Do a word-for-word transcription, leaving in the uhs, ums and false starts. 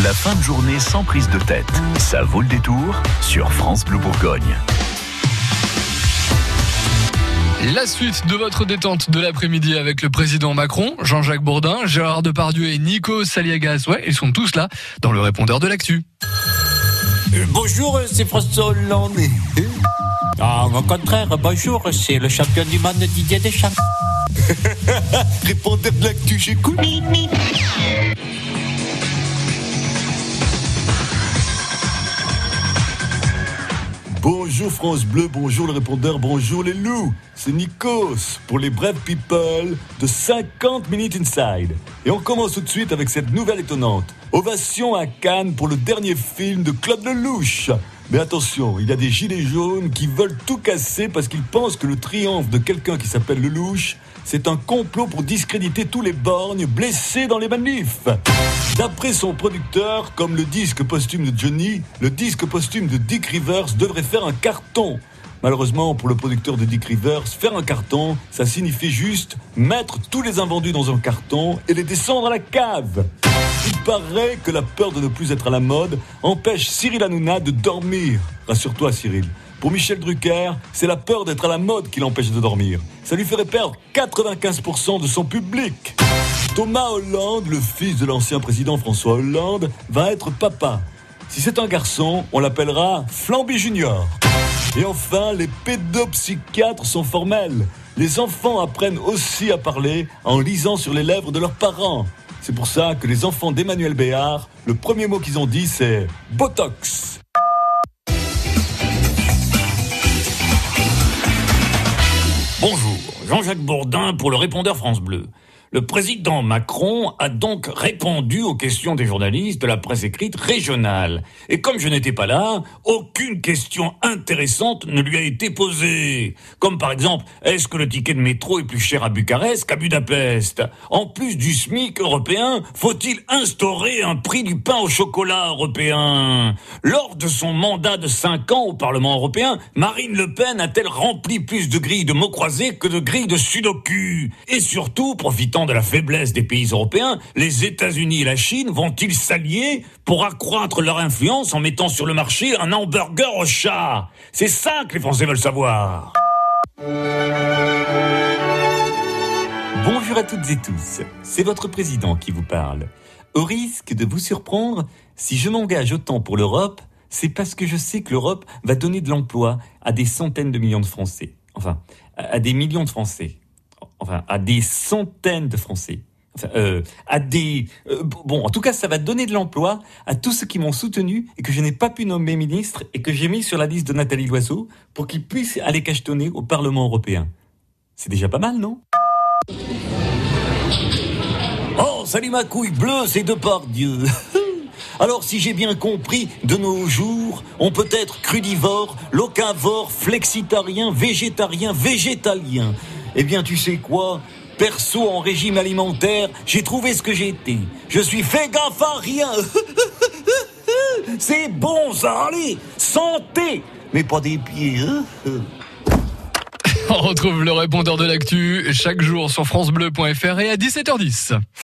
La fin de journée sans prise de tête. Ça vaut le détour sur France Bleu Bourgogne. La suite de votre détente de l'après-midi avec le président Macron, Jean-Jacques Bourdin, Gérard Depardieu et Nikos Aliagas. Ouais, ils sont tous là dans le répondeur de l'actu. Euh, bonjour, c'est François Hollande. Ah, au contraire, bonjour, c'est le champion du monde Didier Deschamps. Répondeur de l'actu, j'écoute. Bonjour France Bleu, bonjour le répondeur, bonjour les loups. C'est Nikos pour les brèves people de cinquante minutes Inside. Et on commence tout de suite avec cette nouvelle étonnante. Ovation à Cannes pour le dernier film de Claude Lelouch. Mais attention, il y a des gilets jaunes qui veulent tout casser parce qu'ils pensent que le triomphe de quelqu'un qui s'appelle Lelouch, c'est un complot pour discréditer tous les borgnes blessés dans les manifs. D'après son producteur, comme le disque posthume de Johnny, le disque posthume de Dick Rivers devrait faire un carton. Malheureusement, pour le producteur de Dick Rivers, faire un carton, ça signifie juste mettre tous les invendus dans un carton et les descendre à la cave. Il paraît que la peur de ne plus être à la mode empêche Cyril Hanouna de dormir. Rassure-toi, Cyril. Pour Michel Drucker, c'est la peur d'être à la mode qui l'empêche de dormir. Ça lui ferait perdre quatre-vingt-quinze pour cent de son public. Thomas Hollande, le fils de l'ancien président François Hollande, va être papa. Si c'est un garçon, on l'appellera Flamby Junior. Et enfin, les pédopsychiatres sont formels. Les enfants apprennent aussi à parler en lisant sur les lèvres de leurs parents. C'est pour ça que les enfants d'Emmanuel Béard, le premier mot qu'ils ont dit, c'est « Botox ». Bonjour, Jean-Jacques Bourdin pour le répondeur France Bleu. Le président Macron a donc répondu aux questions des journalistes de la presse écrite régionale. Et comme je n'étais pas là, aucune question intéressante ne lui a été posée. Comme par exemple, est-ce que le ticket de métro est plus cher à Bucarest qu'à Budapest ? En plus du SMIC européen, faut-il instaurer un prix du pain au chocolat européen ? Lors de son mandat de cinq ans au Parlement européen, Marine Le Pen a-t-elle rempli plus de grilles de mots croisés que de grilles de sudoku ? Et surtout, profitant de la faiblesse des pays européens, les États-Unis et la Chine vont-ils s'allier pour accroître leur influence en mettant sur le marché un hamburger au chat ? C'est ça que les Français veulent savoir. Bonjour à toutes et tous, c'est votre président qui vous parle. Au risque de vous surprendre, si je m'engage autant pour l'Europe, c'est parce que je sais que l'Europe va donner de l'emploi à des centaines de millions de Français. Enfin, à des millions de Français. Enfin, à des centaines de Français. Enfin, euh, à des... Euh, bon, en tout cas, ça va donner de l'emploi à tous ceux qui m'ont soutenu et que je n'ai pas pu nommer ministre et que j'ai mis sur la liste de Nathalie Loiseau pour qu'ils puissent aller cachetonner au Parlement européen. C'est déjà pas mal, non ? Oh, salut ma couille bleue, c'est Depardieu. Alors, si j'ai bien compris, de nos jours, on peut être crudivore, locavore, flexitarien, végétarien, végétalien. Eh bien, tu sais quoi ? Perso, en régime alimentaire, j'ai trouvé ce que j'ai été. Je suis végafarien. C'est bon, ça, allez, santé, mais pas des pieds, hein. On retrouve le répondeur de l'actu chaque jour sur francebleu point fr et à dix-sept heures dix.